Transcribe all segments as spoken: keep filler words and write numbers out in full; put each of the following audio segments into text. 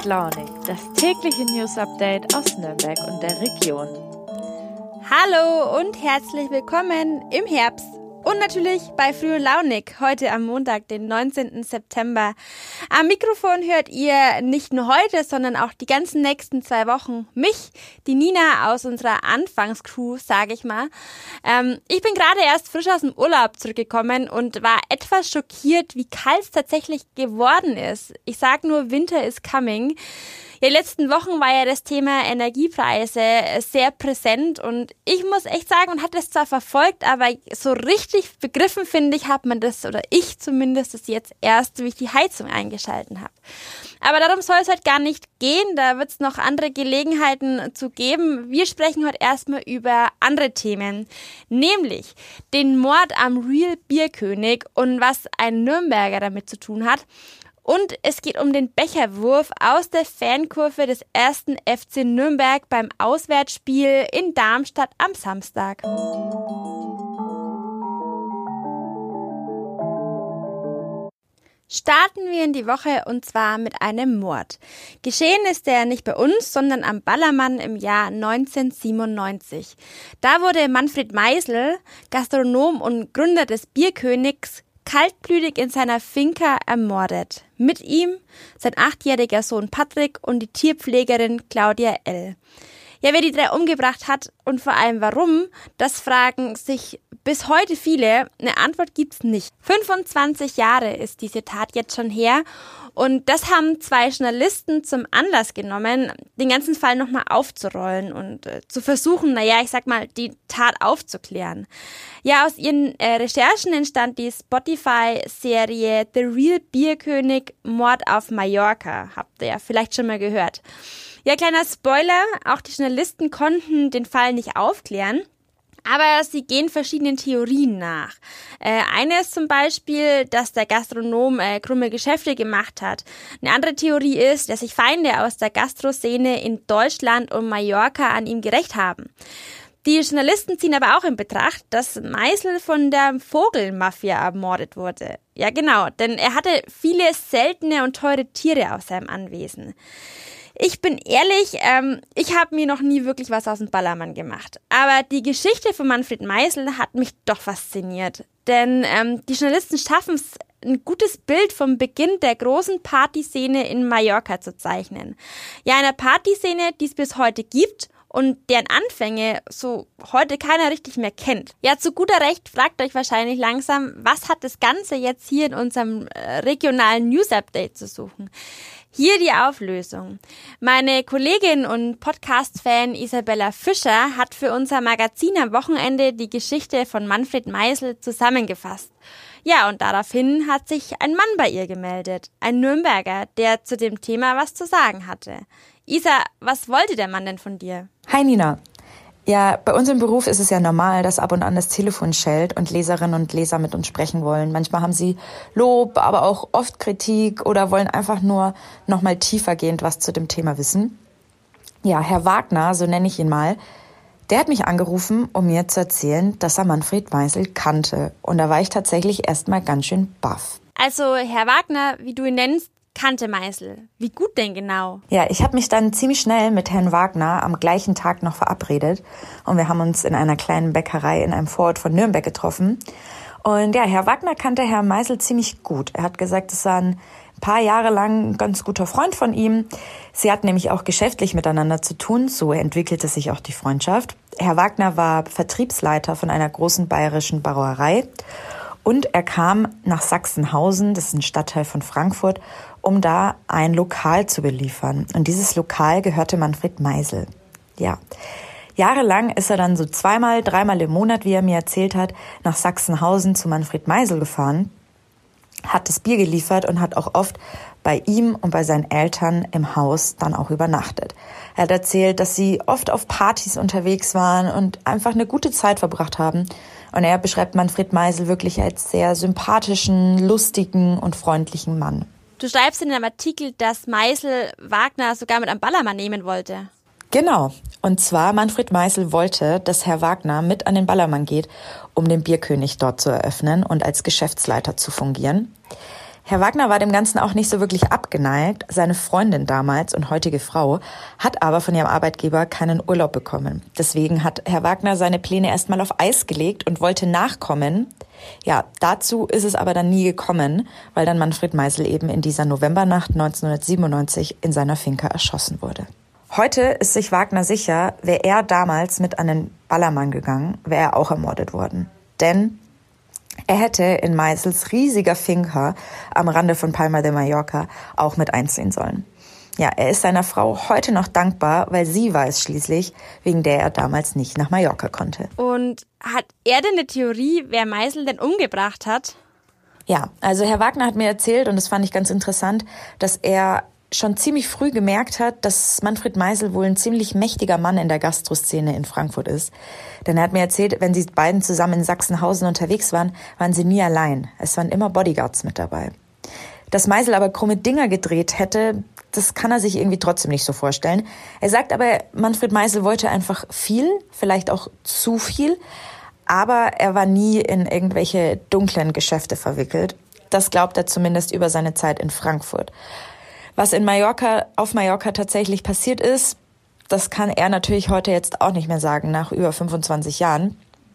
und Launig, das tägliche News-Update aus Nürnberg und der Region. Hallo und herzlich willkommen im Herbst und natürlich bei Früh und Launig, heute am Montag, den neunzehnten September. Am Mikrofon hört ihr nicht nur heute, sondern auch die ganzen nächsten zwei Wochen mich, die Nina aus unserer Anfangscrew, sage ich mal. Ähm, ich bin gerade erst frisch aus dem Urlaub zurückgekommen und war etwas schockiert, wie kalt es tatsächlich geworden ist. Ich sage nur, Winter is coming. Ja, die letzten Wochen war ja das Thema Energiepreise sehr präsent und ich muss echt sagen, man hat das zwar verfolgt, aber so richtig begriffen, finde ich, hat man das, oder ich zumindest, das jetzt erst, wie ich die Heizung eingeschalten habe. Aber darum soll es heute gar nicht gehen, da wird es noch andere Gelegenheiten zu geben. Wir sprechen heute erstmal über andere Themen, nämlich den Mord am Real Bierkönig und was ein Nürnberger damit zu tun hat. Und es geht um den Becherwurf aus der Fankurve des ersten F C Nürnberg beim Auswärtsspiel in Darmstadt am Samstag. Starten wir in die Woche und zwar mit einem Mord. Geschehen ist der nicht bei uns, sondern am Ballermann im Jahr neunzehnhundertsiebenundneunzig. Da wurde Manfred Meisel, Gastronom und Gründer des Bierkönigs, kaltblütig in seiner Finca ermordet. Mit ihm sein achtjähriger Sohn Patrick und die Tierpflegerin Claudia L. Ja, wer die drei umgebracht hat und vor allem warum, das fragen sich bis heute viele. Eine Antwort gibt's nicht. fünfundzwanzig Jahre ist diese Tat jetzt schon her und das haben zwei Journalisten zum Anlass genommen, den ganzen Fall nochmal aufzurollen und äh, zu versuchen, naja, ich sag mal, die Tat aufzuklären. Ja, aus ihren äh, Recherchen entstand die Spotify-Serie The Real Bierkönig, Mord auf Mallorca. Habt ihr ja vielleicht schon mal gehört. Ja, kleiner Spoiler, auch die Journalisten konnten den Fall nicht aufklären. Aber sie gehen verschiedenen Theorien nach. Äh, eine ist zum Beispiel, dass der Gastronom äh, krumme Geschäfte gemacht hat. Eine andere Theorie ist, dass sich Feinde aus der Gastroszene in Deutschland und Mallorca an ihm gerächt haben. Die Journalisten ziehen aber auch in Betracht, dass Meisel von der Vogelmafia ermordet wurde. Ja genau, denn er hatte viele seltene und teure Tiere aus seinem Anwesen. Ich bin ehrlich, ähm, ich habe mir noch nie wirklich was aus dem Ballermann gemacht. Aber die Geschichte von Manfred Meisel hat mich doch fasziniert. Denn ähm, die Journalisten schaffen es, ein gutes Bild vom Beginn der großen Partyszene in Mallorca zu zeichnen. Ja, einer Partyszene, die es bis heute gibt und deren Anfänge so heute keiner richtig mehr kennt. Ja, zu guter Recht fragt euch wahrscheinlich langsam, was hat das Ganze jetzt hier in unserem äh, regionalen News-Update zu suchen? Hier die Auflösung. Meine Kollegin und Podcast-Fan Isabella Fischer hat für unser Magazin am Wochenende die Geschichte von Manfred Meisel zusammengefasst. Ja, und daraufhin hat sich ein Mann bei ihr gemeldet, ein Nürnberger, der zu dem Thema was zu sagen hatte. Isa, was wollte der Mann denn von dir? Hi Nina. Ja, bei uns im Beruf ist es ja normal, dass ab und an das Telefon schellt und Leserinnen und Leser mit uns sprechen wollen. Manchmal haben sie Lob, aber auch oft Kritik oder wollen einfach nur noch mal tiefergehend was zu dem Thema wissen. Ja, Herr Wagner, so nenne ich ihn mal, der hat mich angerufen, um mir zu erzählen, dass er Manfred Meisel kannte. Und da war ich tatsächlich erstmal ganz schön baff. Also Herr Wagner, wie du ihn nennst, kannte Meisel. Wie gut denn genau? Ja, ich habe mich dann ziemlich schnell mit Herrn Wagner am gleichen Tag noch verabredet und wir haben uns in einer kleinen Bäckerei in einem Vorort von Nürnberg getroffen. Und ja, Herr Wagner kannte Herrn Meisel ziemlich gut. Er hat gesagt, es war ein paar Jahre lang ein ganz guter Freund von ihm. Sie hatten nämlich auch geschäftlich miteinander zu tun, so entwickelte sich auch die Freundschaft. Herr Wagner war Vertriebsleiter von einer großen bayerischen Brauerei und er kam nach Sachsenhausen, das ist ein Stadtteil von Frankfurt, um da ein Lokal zu beliefern. Und dieses Lokal gehörte Manfred Meisel. Ja, jahrelang ist er dann so zweimal, dreimal im Monat, wie er mir erzählt hat, nach Sachsenhausen zu Manfred Meisel gefahren, hat das Bier geliefert und hat auch oft bei ihm und bei seinen Eltern im Haus dann auch übernachtet. Er hat erzählt, dass sie oft auf Partys unterwegs waren und einfach eine gute Zeit verbracht haben. Und er beschreibt Manfred Meisel wirklich als sehr sympathischen, lustigen und freundlichen Mann. Du schreibst in einem Artikel, dass Meisel Wagner sogar mit am Ballermann nehmen wollte. Genau. Und zwar Manfred Meisel wollte, dass Herr Wagner mit an den Ballermann geht, um den Bierkönig dort zu eröffnen und als Geschäftsleiter zu fungieren. Herr Wagner war dem Ganzen auch nicht so wirklich abgeneigt. Seine Freundin damals und heutige Frau hat aber von ihrem Arbeitgeber keinen Urlaub bekommen. Deswegen hat Herr Wagner seine Pläne erstmal auf Eis gelegt und wollte nachkommen. Ja, dazu ist es aber dann nie gekommen, weil dann Manfred Meisel eben in dieser Novembernacht neunzehnhundertsiebenundneunzig in seiner Finca erschossen wurde. Heute ist sich Wagner sicher, wäre er damals mit an den Ballermann gegangen, wäre er auch ermordet worden. Denn er hätte in Meisels riesiger Finca am Rande von Palma de Mallorca auch mit einziehen sollen. Ja, er ist seiner Frau heute noch dankbar, weil sie war es schließlich, wegen der er damals nicht nach Mallorca konnte. Und hat er denn eine Theorie, wer Meisel denn umgebracht hat? Ja, also Herr Wagner hat mir erzählt, und das fand ich ganz interessant, dass er schon ziemlich früh gemerkt hat, dass Manfred Meisel wohl ein ziemlich mächtiger Mann in der Gastroszene in Frankfurt ist. Denn er hat mir erzählt, wenn sie beiden zusammen in Sachsenhausen unterwegs waren, waren sie nie allein. Es waren immer Bodyguards mit dabei. Dass Meisel aber krumme Dinger gedreht hätte, das kann er sich irgendwie trotzdem nicht so vorstellen. Er sagt aber, Manfred Meisel wollte einfach viel, vielleicht auch zu viel, aber er war nie in irgendwelche dunklen Geschäfte verwickelt. Das glaubt er zumindest über seine Zeit in Frankfurt. Was in Mallorca, auf Mallorca tatsächlich passiert ist, das kann er natürlich heute jetzt auch nicht mehr sagen, nach über fünfundzwanzig Jahren.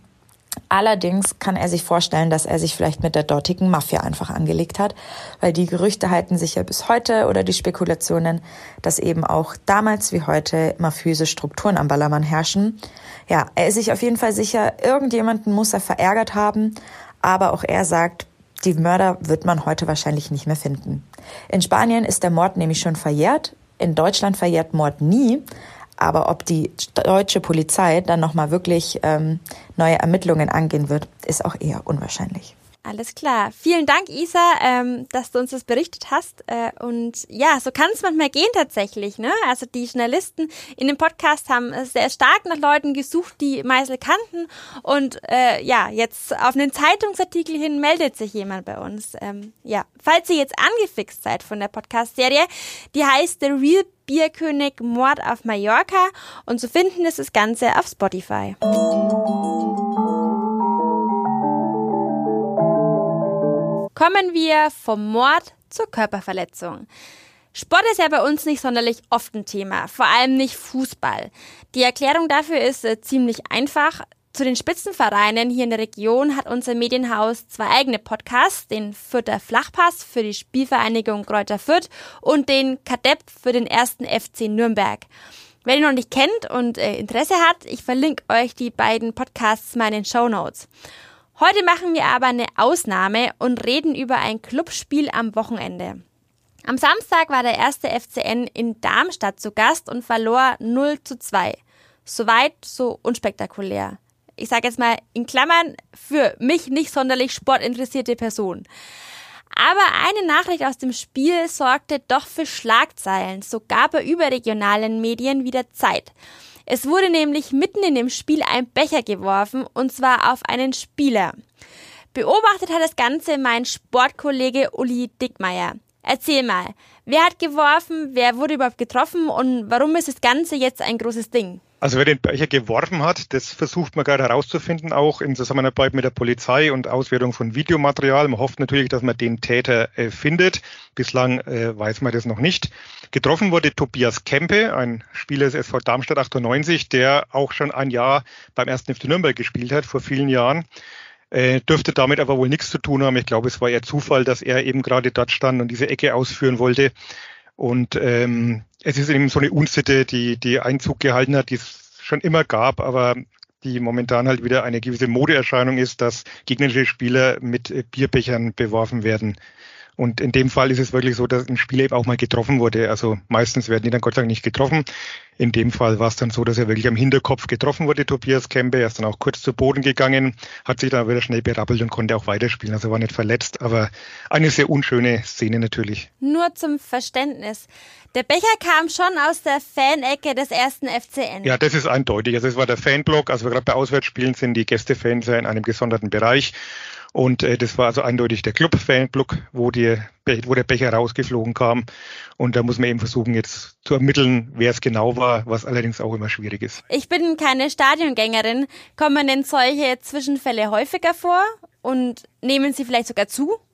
Allerdings kann er sich vorstellen, dass er sich vielleicht mit der dortigen Mafia einfach angelegt hat, weil die Gerüchte halten sich ja bis heute oder die Spekulationen, dass eben auch damals wie heute mafiöse Strukturen am Ballermann herrschen. Ja, er ist sich auf jeden Fall sicher, irgendjemanden muss er verärgert haben, aber auch er sagt, die Mörder wird man heute wahrscheinlich nicht mehr finden. In Spanien ist der Mord nämlich schon verjährt, in Deutschland verjährt Mord nie. Aber ob die deutsche Polizei dann nochmal wirklich ähm, neue Ermittlungen angehen wird, ist auch eher unwahrscheinlich. Alles klar. Vielen Dank, Isa, ähm, dass du uns das berichtet hast. Äh, und ja, so kann es manchmal gehen tatsächlich. Ne? Also die Journalisten in dem Podcast haben sehr stark nach Leuten gesucht, die Meisel kannten. Und äh, ja, jetzt auf einen Zeitungsartikel hin meldet sich jemand bei uns. Ähm, ja, falls ihr jetzt angefixt seid von der Podcast-Serie, die heißt The Real Bierkönig Mord auf Mallorca. Und zu finden ist das Ganze auf Spotify. Kommen wir vom Mord zur Körperverletzung. Sport ist ja bei uns nicht sonderlich oft ein Thema, vor allem nicht Fußball. Die Erklärung dafür ist äh, ziemlich einfach. Zu den Spitzenvereinen hier in der Region hat unser Medienhaus zwei eigene Podcasts, den Fürther Flachpass für die Spielvereinigung Greuther Fürth und den Kadepp für den ersten F C Nürnberg. Wer ihn noch nicht kennt und äh, Interesse hat, ich verlinke euch die beiden Podcasts mal in den Shownotes. Heute machen wir aber eine Ausnahme und reden über ein Clubspiel am Wochenende. Am Samstag war der erste F C N in Darmstadt zu Gast und verlor null zu zwei. Soweit so unspektakulär. Ich sage jetzt mal in Klammern, für mich nicht sonderlich sportinteressierte Person. Aber eine Nachricht aus dem Spiel sorgte doch für Schlagzeilen, sogar bei überregionalen Medien wieder Zeit. Es wurde nämlich mitten in dem Spiel ein Becher geworfen, und zwar auf einen Spieler. Beobachtet hat das Ganze mein Sportkollege Uli Dickmeyer. Erzähl mal, wer hat geworfen, wer wurde überhaupt getroffen und warum ist das Ganze jetzt ein großes Ding? Also wer den Becher geworfen hat, das versucht man gerade herauszufinden, auch in Zusammenarbeit mit der Polizei und Auswertung von Videomaterial. Man hofft natürlich, dass man den Täter äh, findet. Bislang äh, weiß man das noch nicht. Getroffen wurde Tobias Kempe, ein Spieler des S V Darmstadt achtundneunzig, der auch schon ein Jahr beim ersten F C Nürnberg gespielt hat, vor vielen Jahren. Äh, dürfte damit aber wohl nichts zu tun haben. Ich glaube, es war eher Zufall, dass er eben gerade dort stand und diese Ecke ausführen wollte. Und ähm, es ist eben so eine Unsitte, die, die Einzug gehalten hat, die es schon immer gab, aber die momentan halt wieder eine gewisse Modeerscheinung ist, dass gegnerische Spieler mit Bierbechern beworfen werden. Und in dem Fall ist es wirklich so, dass ein Spieler eben auch mal getroffen wurde. Also meistens werden die dann Gott sei Dank nicht getroffen. In dem Fall war es dann so, dass er wirklich am Hinterkopf getroffen wurde, Tobias Kempe. Er ist dann auch kurz zu Boden gegangen, hat sich dann wieder schnell berappelt und konnte auch weiterspielen. Also war nicht verletzt, aber eine sehr unschöne Szene natürlich. Nur zum Verständnis. Der Becher kam schon aus der Fanecke des ersten F C N. Ja, das ist eindeutig. Also es war der Fanblock. Also gerade bei Auswärtsspielen sind die Gästefans ja in einem gesonderten Bereich. Und äh, das war also eindeutig der Club-Fanblock, wo, die, wo der Becher rausgeflogen kam. Und da muss man eben versuchen, jetzt zu ermitteln, wer es genau war, was allerdings auch immer schwierig ist. Ich bin keine Stadiongängerin. Kommen denn solche Zwischenfälle häufiger vor? Und nehmen sie vielleicht sogar zu?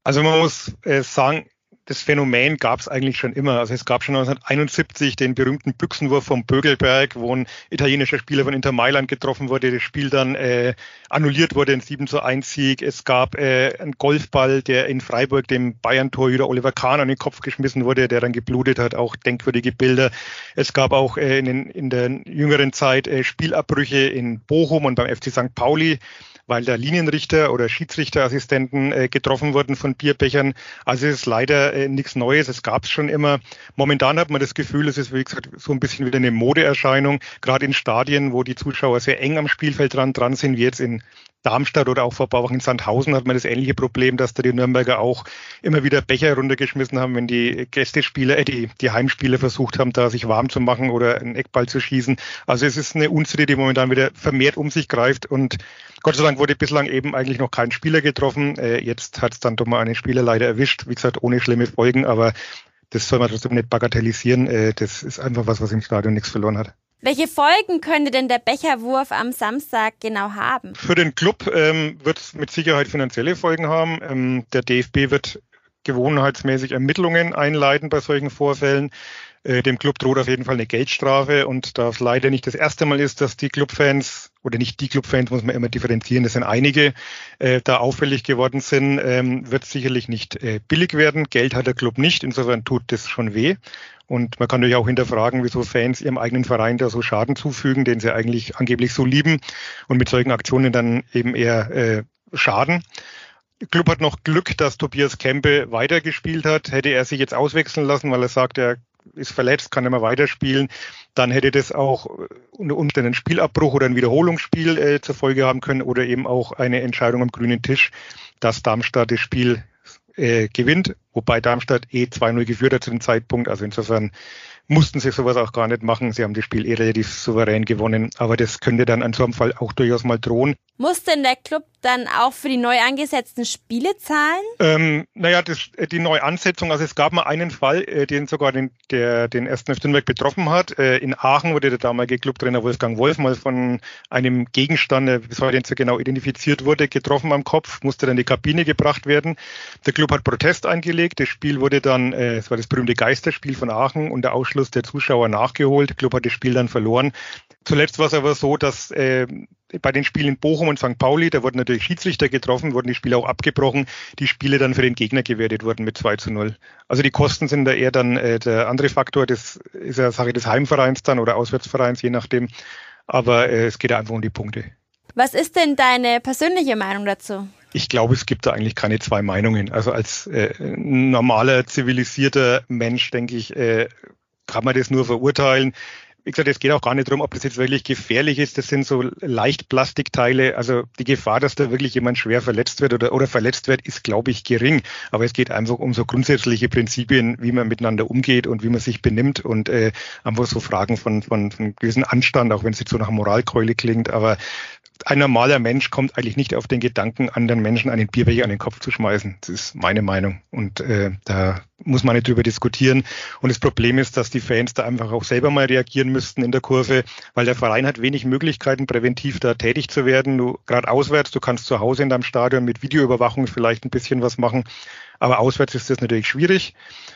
Also man muss äh, sagen, das Phänomen gab es eigentlich schon immer. Also es gab schon neunzehnhunderteinundsiebzig den berühmten Büchsenwurf vom Bögelberg, wo ein italienischer Spieler von Inter Mailand getroffen wurde, das Spiel dann äh, annulliert wurde, ein sieben zu eins Sieg. Es gab äh, einen Golfball, der in Freiburg dem Bayern-Torhüter Oliver Kahn an den Kopf geschmissen wurde, der dann geblutet hat, auch denkwürdige Bilder. Es gab auch äh, in, den, in der jüngeren Zeit äh, Spielabbrüche in Bochum und beim F C Sankt Pauli, weil da Linienrichter oder Schiedsrichterassistenten äh, getroffen wurden von Bierbechern. Also es ist leider äh, nichts Neues, es gab es schon immer. Momentan hat man das Gefühl, es ist, wie gesagt, so ein bisschen wieder eine Modeerscheinung, gerade in Stadien, wo die Zuschauer sehr eng am Spielfeld dran, dran sind, wie jetzt in Darmstadt oder auch vor ein paar Wochen in Sandhausen hat man das ähnliche Problem, dass da die Nürnberger auch immer wieder Becher runtergeschmissen haben, wenn die Gästespieler, äh, die, die Heimspieler versucht haben, da sich warm zu machen oder einen Eckball zu schießen. Also es ist eine Unsitte, die momentan wieder vermehrt um sich greift und Gott sei Dank wurde bislang eben eigentlich noch kein Spieler getroffen. Äh, jetzt hat es dann doch mal einen Spieler leider erwischt, wie gesagt, ohne schlimme Folgen, aber das soll man trotzdem nicht bagatellisieren. Äh, das ist einfach was, was im Stadion nichts verloren hat. Welche Folgen könnte denn der Becherwurf am Samstag genau haben? Für den Club ähm, wird es mit Sicherheit finanzielle Folgen haben. Ähm, der D F B wird gewohnheitsmäßig Ermittlungen einleiten bei solchen Vorfällen. Äh, dem Club droht auf jeden Fall eine Geldstrafe und da es leider nicht das erste Mal ist, dass die Clubfans oder nicht die Clubfans, muss man immer differenzieren, das sind einige, äh, da auffällig geworden sind, ähm, wird sicherlich nicht äh, billig werden. Geld hat der Club nicht, insofern tut das schon weh. Und man kann natürlich auch hinterfragen, wieso Fans ihrem eigenen Verein da so Schaden zufügen, den sie eigentlich angeblich so lieben und mit solchen Aktionen dann eben eher äh, schaden. Der Club hat noch Glück, dass Tobias Kempe weitergespielt hat. Hätte er sich jetzt auswechseln lassen, weil er sagt, er ist verletzt, kann er mal weiterspielen, dann hätte das auch unter Umständen einen Spielabbruch oder ein Wiederholungsspiel äh, zur Folge haben können oder eben auch eine Entscheidung am grünen Tisch, dass Darmstadt das Spiel äh, gewinnt, wobei Darmstadt eh zwei null geführt hat zu dem Zeitpunkt, also insofern mussten sie sowas auch gar nicht machen. Sie haben das Spiel eh relativ souverän gewonnen, aber das könnte dann an so einem Fall auch durchaus mal drohen. Muss denn der Club dann auch für die neu angesetzten Spiele zahlen? Ähm, naja, das, die Neuansetzung, also es gab mal einen Fall, äh, den sogar den, der den ersten F C Nürnberg betroffen hat. Äh, in Aachen wurde der damalige Clubtrainer Wolfgang Wolf mal von einem Gegenstand, der bis heute nicht so genau identifiziert wurde, getroffen am Kopf, musste dann in die Kabine gebracht werden. Der Club hat Protest eingelegt. Das Spiel wurde dann, äh, es war das berühmte Geisterspiel von Aachen und der Ausschluss der Zuschauer nachgeholt. Der Club hat das Spiel dann verloren. Zuletzt war es aber so, dass äh, bei den Spielen in Bochum und Sankt Pauli, da wurden natürlich Schiedsrichter getroffen, wurden die Spiele auch abgebrochen, die Spiele dann für den Gegner gewertet wurden mit zwei zu null. Also die Kosten sind da eher dann äh, der andere Faktor, das ist ja Sache des Heimvereins dann oder Auswärtsvereins, je nachdem. Aber äh, es geht ja einfach um die Punkte. Was ist denn deine persönliche Meinung dazu? Ich glaube, es gibt da eigentlich keine zwei Meinungen. Also als äh, normaler, zivilisierter Mensch, denke ich, äh, kann man das nur verurteilen. Wie gesagt, es geht auch gar nicht darum, ob das jetzt wirklich gefährlich ist. Das sind so Leichtplastikteile. Also die Gefahr, dass da wirklich jemand schwer verletzt wird oder, oder verletzt wird, ist, glaube ich, gering. Aber es geht einfach um so grundsätzliche Prinzipien, wie man miteinander umgeht und wie man sich benimmt und äh, einfach so Fragen von, von, von gewissen Anstand, auch wenn es jetzt so nach Moralkeule klingt. Aber ein normaler Mensch kommt eigentlich nicht auf den Gedanken, anderen Menschen einen Bierbecher an den Kopf zu schmeißen. Das ist meine Meinung. Und äh, da muss man nicht drüber diskutieren. Und das Problem ist, dass die Fans da einfach auch selber mal reagieren müssten in der Kurve, weil der Verein hat wenig Möglichkeiten, präventiv da tätig zu werden. Du gerade auswärts, du kannst zu Hause in deinem Stadion mit Videoüberwachung vielleicht ein bisschen was machen. Aber auswärts ist das natürlich schwierig.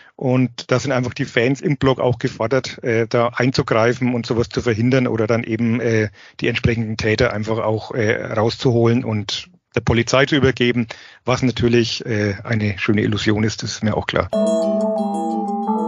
Und da sind einfach die Fans im Block auch gefordert, äh, da einzugreifen und sowas zu verhindern oder dann eben äh, die entsprechenden Täter einfach auch äh, rauszuholen und der Polizei zu übergeben, was natürlich äh, eine schöne Illusion ist, das ist mir auch klar.